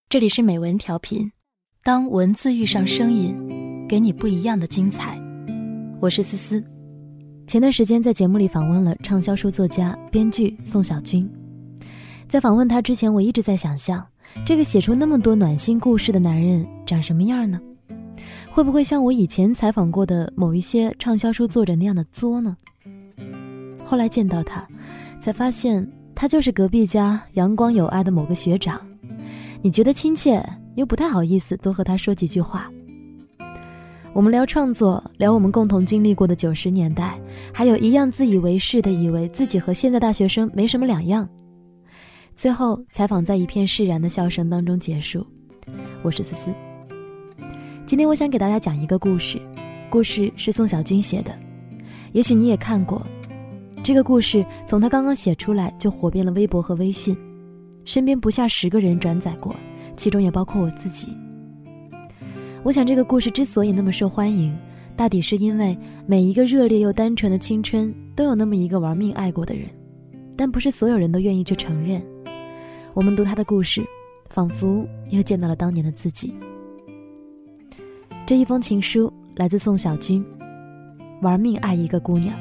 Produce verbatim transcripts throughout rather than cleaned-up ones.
这里是美文调频，当文字遇上声音，给你不一样的精彩。我是思思。前段时间在节目里访问了畅销书作家、编剧宋小军。在访问他之前，我一直在想象，这个写出那么多暖心故事的男人长什么样呢？会不会像我以前采访过的某一些畅销书作者那样的作呢？后来见到他，才发现他就是隔壁家阳光有爱的某个学长。你觉得亲切，又不太好意思多和他说几句话。我们聊创作，聊我们共同经历过的九十年代，还有一样自以为是的以为自己和现在大学生没什么两样。最后采访在一片释然的笑声当中结束。我是思思。今天我想给大家讲一个故事，故事是宋小军写的，也许你也看过。这个故事从他刚刚写出来就火遍了微博和微信，身边不下十个人转载过，其中也包括我自己。我想这个故事之所以那么受欢迎，大抵是因为每一个热烈又单纯的青春都有那么一个玩命爱过的人，但不是所有人都愿意去承认。我们读他的故事，仿佛又见到了当年的自己。这一封情书来自宋小军，玩命爱一个姑娘。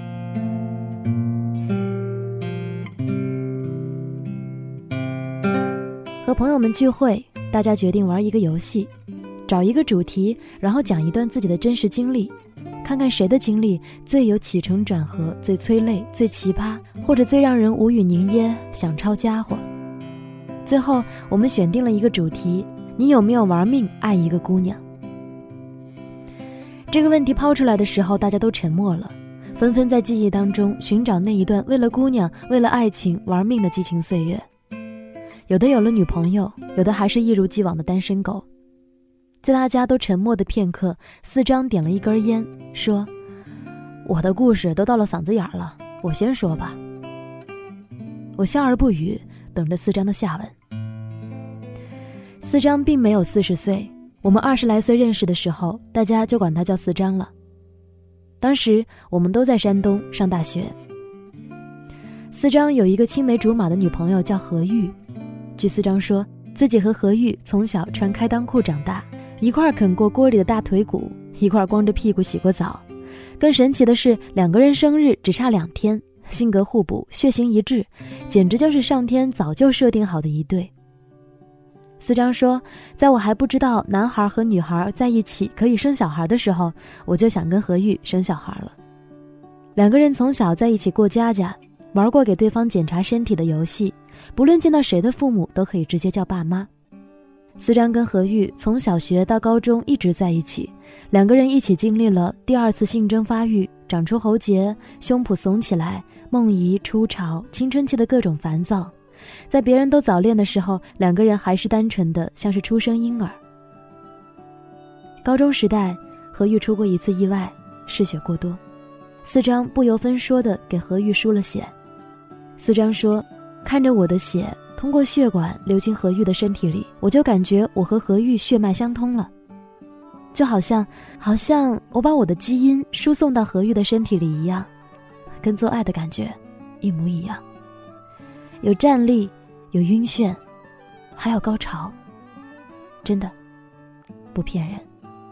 和朋友们聚会，大家决定玩一个游戏，找一个主题，然后讲一段自己的真实经历，看看谁的经历最有起承转合，最催泪，最奇葩，或者最让人无语凝噎，想抄家伙。最后我们选定了一个主题，你有没有玩命爱一个姑娘？这个问题抛出来的时候，大家都沉默了，纷纷在记忆当中寻找那一段为了姑娘，为了爱情玩命的激情岁月。有的有了女朋友，有的还是一如既往的单身狗。在大家都沉默的片刻，四张点了一根烟，说：我的故事都到了嗓子眼了，我先说吧。我笑而不语，等着四张的下文。四张并没有四十岁，我们二十来岁认识的时候，大家就管他叫四张了。当时我们都在山东上大学。四张有一个青梅竹马的女朋友叫何玉，据四张说，自己和何玉从小穿开裆裤长大，一块啃过锅里的大腿骨，一块光着屁股洗过澡。更神奇的是，两个人生日只差两天，性格互补，血型一致，简直就是上天早就设定好的一对。四张说，在我还不知道男孩和女孩在一起可以生小孩的时候，我就想跟何玉生小孩了。两个人从小在一起过家家，玩过给对方检查身体的游戏，不论见到谁的父母都可以直接叫爸妈。四张跟何玉从小学到高中一直在一起，两个人一起经历了第二次性征发育，长出喉结，胸脯耸起来，梦遗初潮，青春期的各种烦躁。在别人都早恋的时候，两个人还是单纯的像是出生婴儿。高中时代，何玉出过一次意外，失血过多，四张不由分说的给何玉输了血。四张说，看着我的血通过血管流进何玉的身体里，我就感觉我和何玉血脉相通了，就好像好像我把我的基因输送到何玉的身体里一样，跟做爱的感觉一模一样，有站立，有晕眩，还有高潮，真的不骗人。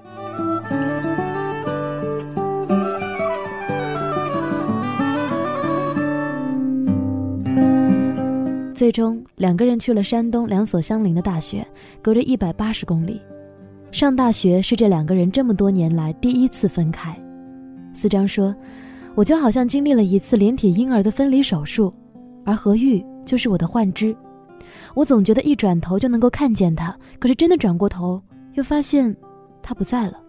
最终两个人去了山东两所相邻的大学，隔着一百八十公里。上大学是这两个人这么多年来第一次分开。四张说，我就好像经历了一次连体婴儿的分离手术，而何玉就是我的幻肢。我总觉得一转头就能够看见他，可是真的转过头又发现他不在了。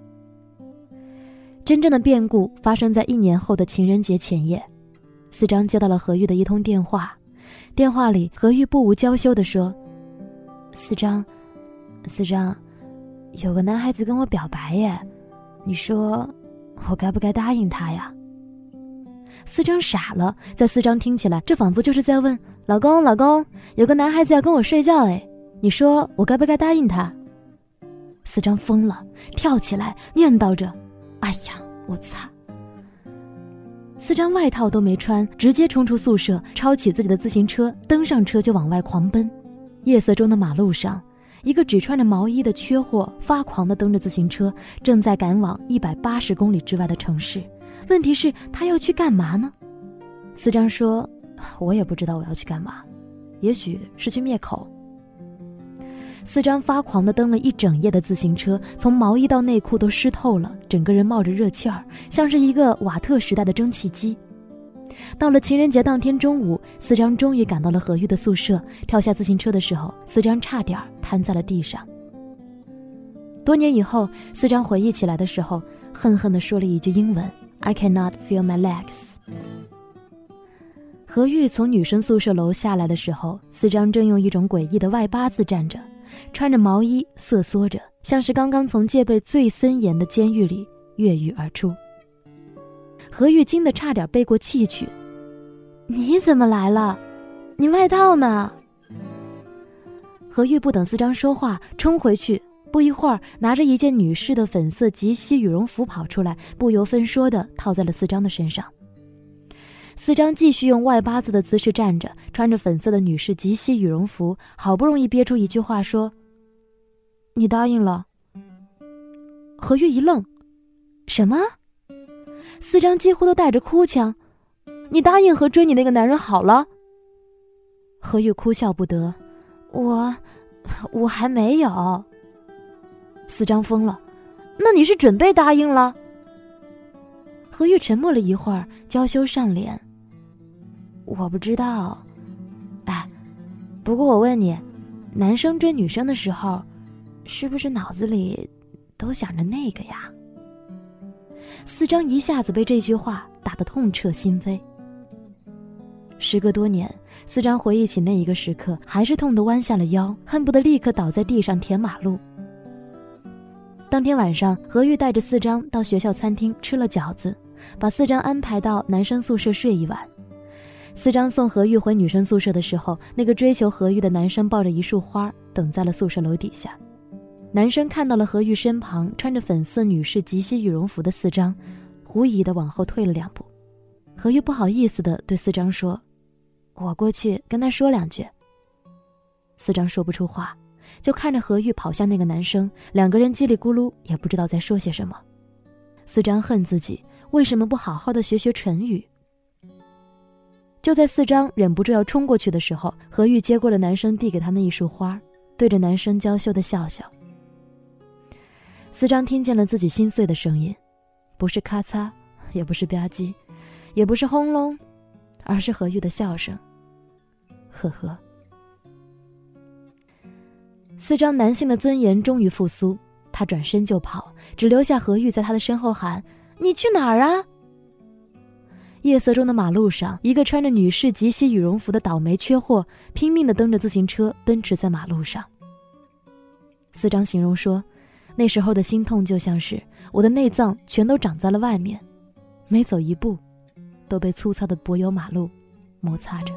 真正的变故发生在一年后的情人节前夜。四张接到了何玉的一通电话，电话里何玉不无娇羞地说，四张四张有个男孩子跟我表白耶，你说我该不该答应他呀？四张傻了，在四张听起来，这仿佛就是在问，老公老公，有个男孩子要跟我睡觉哎，你说我该不该答应他？四张疯了，跳起来念叨着，哎呀我擦！四张外套都没穿，直接冲出宿舍，抄起自己的自行车，登上车就往外狂奔。夜色中的马路上， 一个只穿着毛衣的缺货发狂地蹬着自行车，正在赶往一百八十公里之外的城市。问题是他要去干嘛呢？司章说，我也不知道我要去干嘛，也许是去灭口。司章发狂地蹬了一整夜的自行车，从毛衣到内裤都湿透了，整个人冒着热气儿，像是一个瓦特时代的蒸汽机。到了情人节当天中午，司章终于赶到了何玉的宿舍。跳下自行车的时候，司章差点瘫在了地上。多年以后，司章回忆起来的时候，恨恨地说了一句英文 I cannot feel my legs。 何玉从女生宿舍楼下来的时候，司章正用一种诡异的外八字站着，穿着毛衣瑟缩着，像是刚刚从戒备最森严的监狱里越狱而出。何玉惊得差点背过气去，你怎么来了？你外套呢？何玉不等司章说话，冲回去，不一会儿拿着一件女士的粉色及膝羽绒服跑出来，不由分说地套在了司章的身上。司章继续用外八字的姿势站着，穿着粉色的女士及膝羽绒服，好不容易憋出一句话说，你答应了。何玉一愣，什么？司章几乎都带着哭腔，你答应和追你那个男人好了？何玉哭笑不得，我我还没有。司章疯了，那你是准备答应了？何玉沉默了一会儿，娇羞上脸，我不知道。哎，不过我问你，男生追女生的时候，是不是脑子里都想着那个呀？司章一下子被这句话打得痛彻心扉。时隔多年，司章回忆起那一个时刻，还是痛得弯下了腰，恨不得立刻倒在地上填马路。当天晚上，何玉带着司章到学校餐厅吃了饺子，把司章安排到男生宿舍睡一晚。司章送何玉回女生宿舍的时候，那个追求何玉的男生抱着一束花等在了宿舍楼底下。男生看到了何玉身旁穿着粉色女士及膝羽绒服的司章，狐疑地往后退了两步。何玉不好意思地对司章说，我过去跟他说两句。司章说不出话，就看着何玉跑向那个男生，两个人叽里咕噜也不知道在说些什么。司章恨自己为什么不好好的学学唇语。就在司章忍不住要冲过去的时候，何玉接过了男生递给他那一束花，对着男生娇羞地笑笑。司章听见了自己心碎的声音，不是咔嚓，也不是吧唧，也不是轰隆，而是何玉的笑声，呵呵。司章男性的尊严终于复苏，他转身就跑，只留下何玉在他的身后喊，你去哪儿啊？夜色中的马路上，一个穿着女士及膝羽绒服的倒霉缺货拼命地蹬着自行车奔驰在马路上。司章形容说，那时候的心痛就像是我的内脏全都长在了外面，每走一步都被粗糙的柏油马路摩擦着。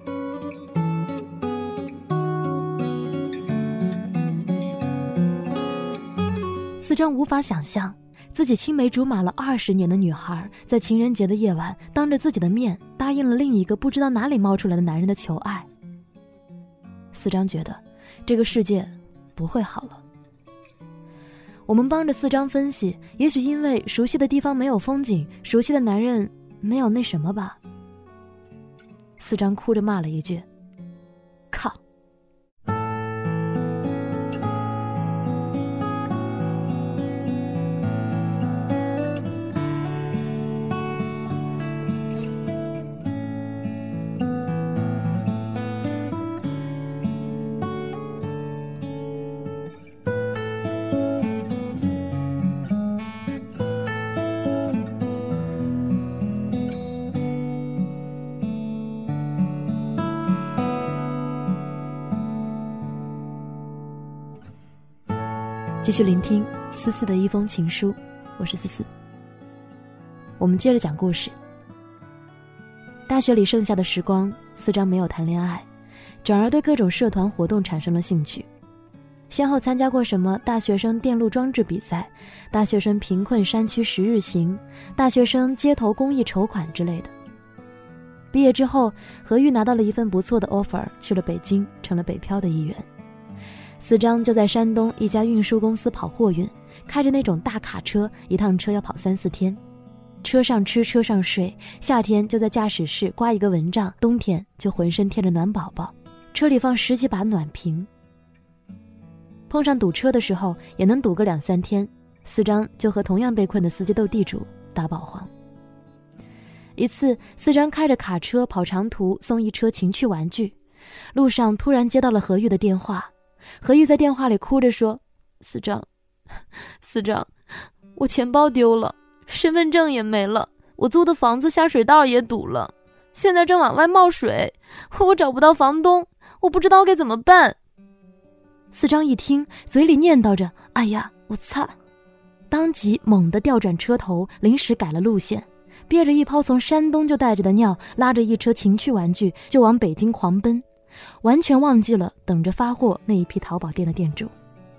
司章无法想象，自己青梅竹马了二十年的女孩，在情人节的夜晚，当着自己的面答应了另一个不知道哪里冒出来的男人的求爱。司章觉得这个世界不会好了。我们帮着司章分析，也许因为熟悉的地方没有风景，熟悉的男人没有那什么吧。司章哭着骂了一句，靠。继续聆听思思的一封情书，我是思思。我们接着讲故事。大学里剩下的时光，司章没有谈恋爱，转而对各种社团活动产生了兴趣，先后参加过什么大学生电路装置比赛、大学生贫困山区十日行、大学生街头公益筹款之类的。毕业之后，何玉拿到了一份不错的 offer， 去了北京，成了北漂的一员。 四张就在山东一家运输公司跑货运，开着那种大卡车，一趟车要跑三四天，车上吃车上睡，夏天就在驾驶室刮一个蚊帐，冬天就浑身贴着暖宝宝，车里放十几把暖瓶。碰上堵车的时候也能堵个两三天，四张就和同样被困的司机斗地主打保皇。一次，四张开着卡车跑长途送一车情趣玩具，路上突然接到了何玉的电话。何玉在电话里哭着说：四张四张我钱包丢了，身份证也没了，我租的房子下水道也堵了，现在正往外冒水，我找不到房东，我不知道该怎么办。四张一听，嘴里念叨着：哎呀，我擦！当即猛地调转车头，临时改了路线，憋着一泡从山东就带着的尿，拉着一车情趣玩具就往北京狂奔，完全忘记了等着发货那一批淘宝店的店主。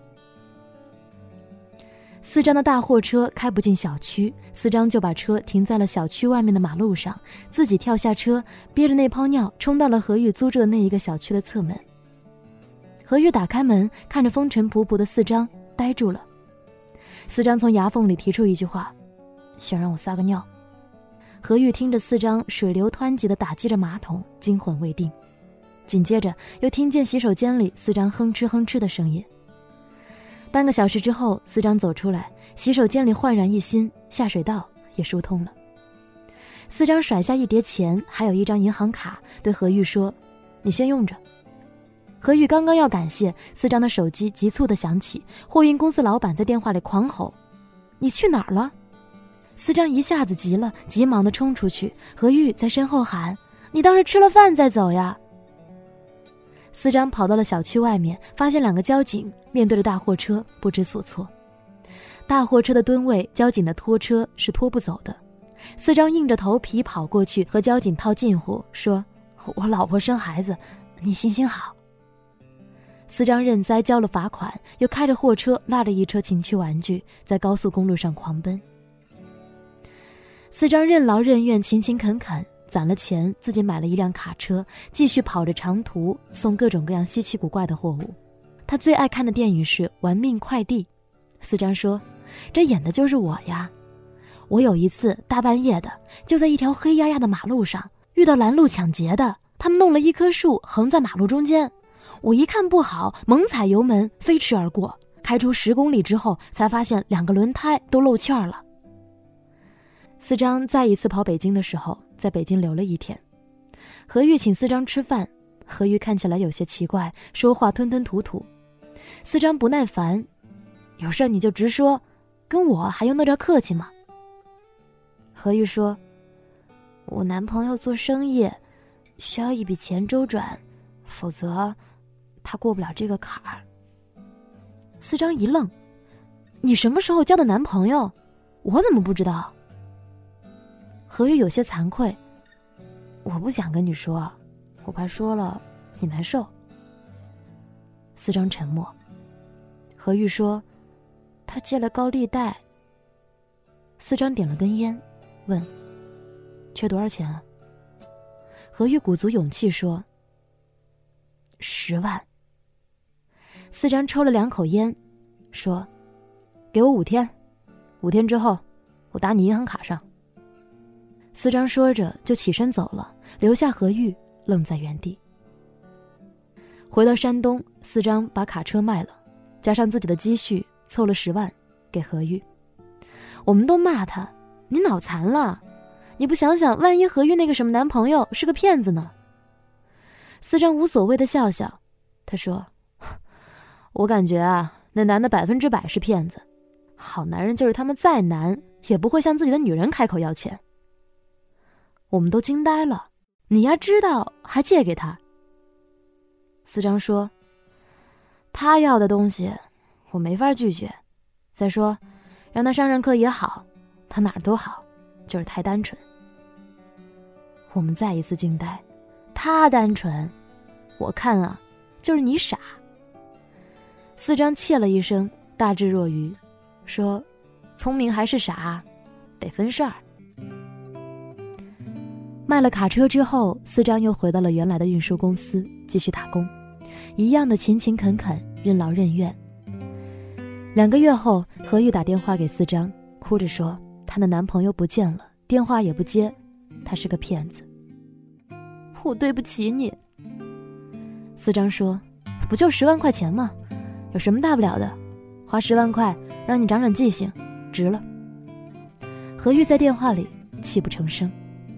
四张的大货车开不进小区，四张就把车停在了小区外面的马路上，自己跳下车，憋着那泡尿冲到了何玉租住的那一个小区的侧门。何玉打开门，看着风尘仆仆的四张，呆住了。四张从牙缝里提出一句话：想让我撒个尿。何玉听着四张水流湍急地打击着马桶，惊魂未定，紧接着又听见洗手间里四张哼哧哼哧的声音。半个小时之后，四张走出来，洗手间里焕然一新，下水道也疏通了。四张甩下一叠钱，还有一张银行卡，对何玉说：你先用着。何玉刚刚要感谢，四张的手机急促地响起，货运公司老板在电话里狂吼：你去哪儿了？四张一下子急了，急忙地冲出去，何玉在身后喊：你倒是吃了饭再走呀。四张跑到了小区外面，发现两个交警面对着大货车不知所措。大货车的吨位，交警的拖车是拖不走的。四张硬着头皮跑过去和交警套近乎，说：我老婆生孩子，你行行好。四张认栽交了罚款，又开着货车拉着一车情趣玩具在高速公路上狂奔。四张任劳任怨，勤勤恳恳，攒了钱自己买了一辆卡车，继续跑着长途送各种各样稀奇古怪的货物。他最爱看的电影是《玩命快递》。四张说：这演的就是我呀。我有一次大半夜的就在一条黑压压的马路上遇到拦路抢劫的，他们弄了一棵树横在马路中间，我一看不好，猛踩油门飞驰而过，开出十公里之后才发现两个轮胎都漏气儿了。四张再一次跑北京的时候，在北京留了一天。何玉请四张吃饭，何玉看起来有些奇怪，说话吞吞吐吐。四张不耐烦：有事你就直说，跟我还用得着客气吗？何玉说：我男朋友做生意需要一笔钱周转，否则他过不了这个坎儿。四张一愣：你什么时候交的男朋友？我怎么不知道？何玉有些惭愧：我不想跟你说，我怕说了你难受。四张沉默。何玉说：他借了高利贷。四张点了根烟，问：缺多少钱啊？何玉鼓足勇气说：十万。四张抽了两口烟，说：给我五天，五天之后我打你银行卡上。四张说着就起身走了，留下何玉愣在原地。回到山东，四张把卡车卖了，加上自己的积蓄凑了十万给何玉。我们都骂他：你脑残了，你不想想万一何玉那个什么男朋友是个骗子呢？四张无所谓的笑笑，他说：我感觉啊，那男的百分之百是骗子，好男人就是他们再难也不会向自己的女人开口要钱。我们都惊呆了，你呀知道还借给他？四张说：他要的东西我没法拒绝，再说让他上上课也好，他哪儿都好，就是太单纯。我们再一次惊呆，他单纯？我看啊，就是你傻。四张切了一声，大智若愚，说：聪明还是傻，得分事儿。卖了卡车之后，四张又回到了原来的运输公司，继续打工，一样的勤勤恳恳， 任劳任怨。两个月后，何玉打电话给四张，哭着说她的男朋友不见了，电话也不接，他是个骗子。我对不起你。四张说，不就十万块钱吗？有什么大不了的？花十万块让你长长记性，值了。何玉在电话里泣不成声。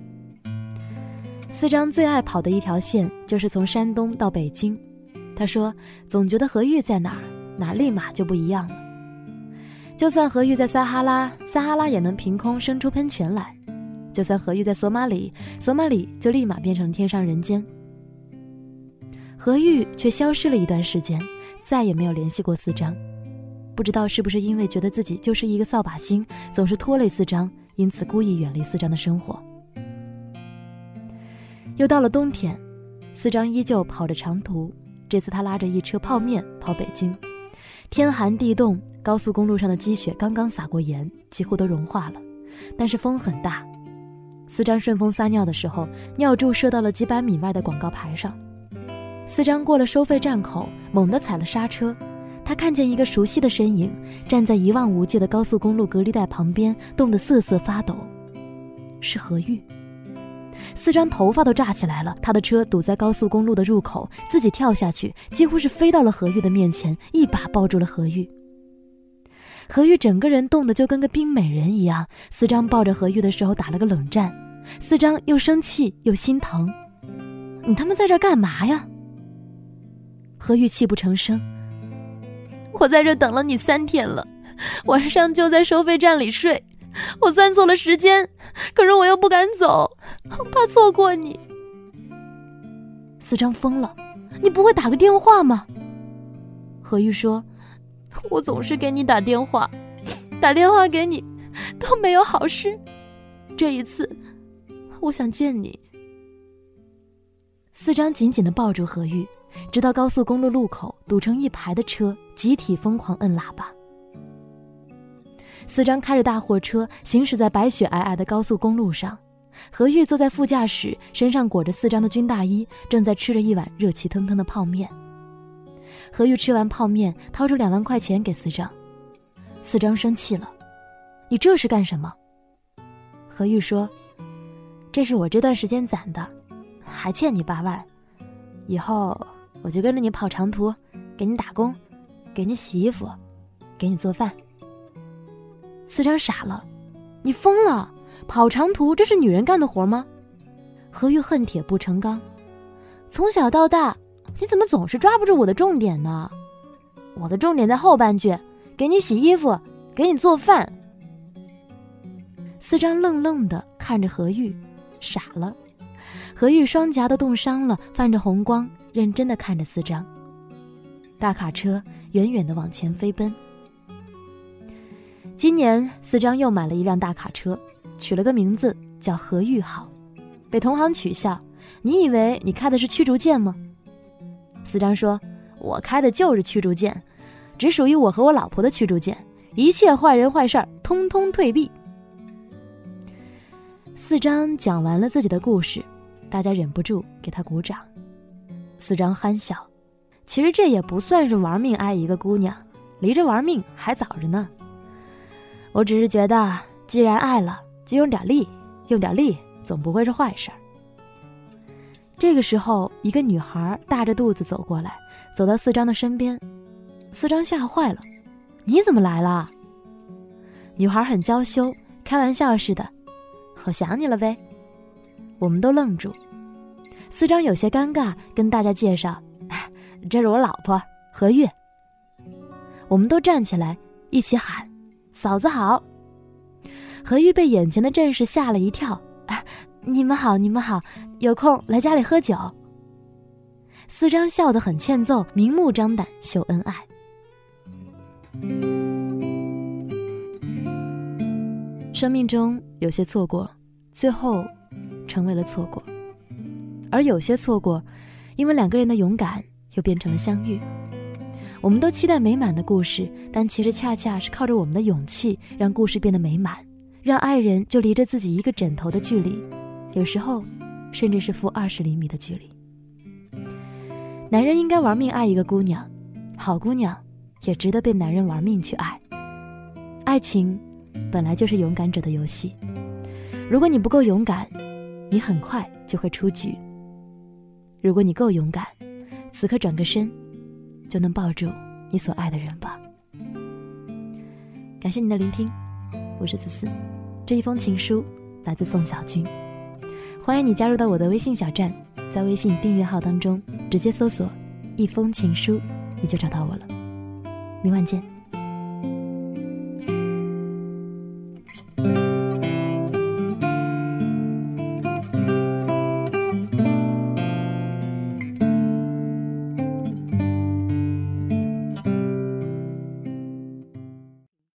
四张最爱跑的一条线就是从山东到北京，他说总觉得何玉在哪儿，哪儿立马就不一样了。就算何玉在撒哈拉，撒哈拉也能凭空生出喷泉来；就算何玉在索马里，索马里就立马变成天上人间。何玉却消失了一段时间，再也没有联系过四张。不知道是不是因为觉得自己就是一个扫把星，总是拖累四张，因此故意远离四张的生活。又到了冬天，四张依旧跑着长途，这次他拉着一车泡面跑北京。天寒地冻，高速公路上的积雪刚刚撒过盐，几乎都融化了，但是风很大。四张顺风撒尿的时候，尿柱射到了几百米外的广告牌上。四张过了收费站口，猛地踩了刹车，他看见一个熟悉的身影站在一望无际的高速公路隔离带旁边，冻得瑟瑟发抖，是何玉。四张头发都炸起来了，他的车堵在高速公路的入口，自己跳下去，几乎是飞到了何玉的面前，一把抱住了何玉。何玉整个人冻得就跟个冰美人一样，四张抱着何玉的时候打了个冷战。四张又生气又心疼，你他妈在这儿干嘛呀？何玉泣不成声，我在这等了你三天了，晚上就在收费站里睡，我算错了时间，可是我又不敢走，怕错过你。四张疯了，你不会打个电话吗？何玉说，我总是给你打电话，打电话给你都没有好事，这一次我想见你。四张紧紧地抱住何玉，直到高速公路路口堵成一排的车集体疯狂摁喇叭。四张开着大货车行驶在白雪皑皑的高速公路上，何玉坐在副驾驶，身上裹着四张的军大衣，正在吃着一碗热气腾腾的泡面。何玉吃完泡面，掏出两万块钱给四张。四张生气了，你这是干什么？何玉说，这是我这段时间攒的，还欠你八万，以后我就跟着你跑长途，给你打工，给你洗衣服，给你做饭。四张傻了，你疯了？跑长途这是女人干的活吗？何玉恨铁不成钢，从小到大你怎么总是抓不住我的重点呢？我的重点在后半句，给你洗衣服，给你做饭。四张愣愣地看着何玉，傻了。何玉双颊都冻伤了，泛着红光，认真地看着四张。大卡车远远地往前飞奔。今年四张又买了一辆大卡车，取了个名字叫何玉号，被同行取笑，你以为你开的是驱逐舰吗？四张说，我开的就是驱逐舰，只属于我和我老婆的驱逐舰，一切坏人坏事儿通通退避。四张讲完了自己的故事，大家忍不住给他鼓掌。四张憨笑，其实这也不算是玩命爱一个姑娘，离着玩命还早着呢。我只是觉得既然爱了，就用点力，用点力总不会是坏事。这个时候，一个女孩大着肚子走过来，走到四张的身边。四张吓坏了，你怎么来了？女孩很娇羞，开玩笑似的，我想你了呗。我们都愣住。四张有些尴尬，跟大家介绍，这是我老婆何玉。我们都站起来一起喊，嫂子好。何玉被眼前的阵势吓了一跳，啊，你们好你们好，有空来家里喝酒。四张笑得很欠揍，明目张胆秀恩爱。生命中有些错过，最后成为了错过，而有些错过，因为两个人的勇敢又变成了相遇。我们都期待美满的故事，但其实恰恰是靠着我们的勇气，让故事变得美满，让爱人就离着自己一个枕头的距离，有时候甚至是负二十厘米的距离。男人应该玩命爱一个姑娘， 好姑娘也值得被男人玩命去爱。爱情本来就是勇敢者的游戏，如果你不够勇敢，你很快就会出局。如果你够勇敢，此刻转个身就能抱住你所爱的人吧。感谢你的聆听，我是思思。这一封情书来自宋小军，欢迎你加入到我的微信小站，在微信订阅号当中直接搜索一封情书，你就找到我了。明晚见。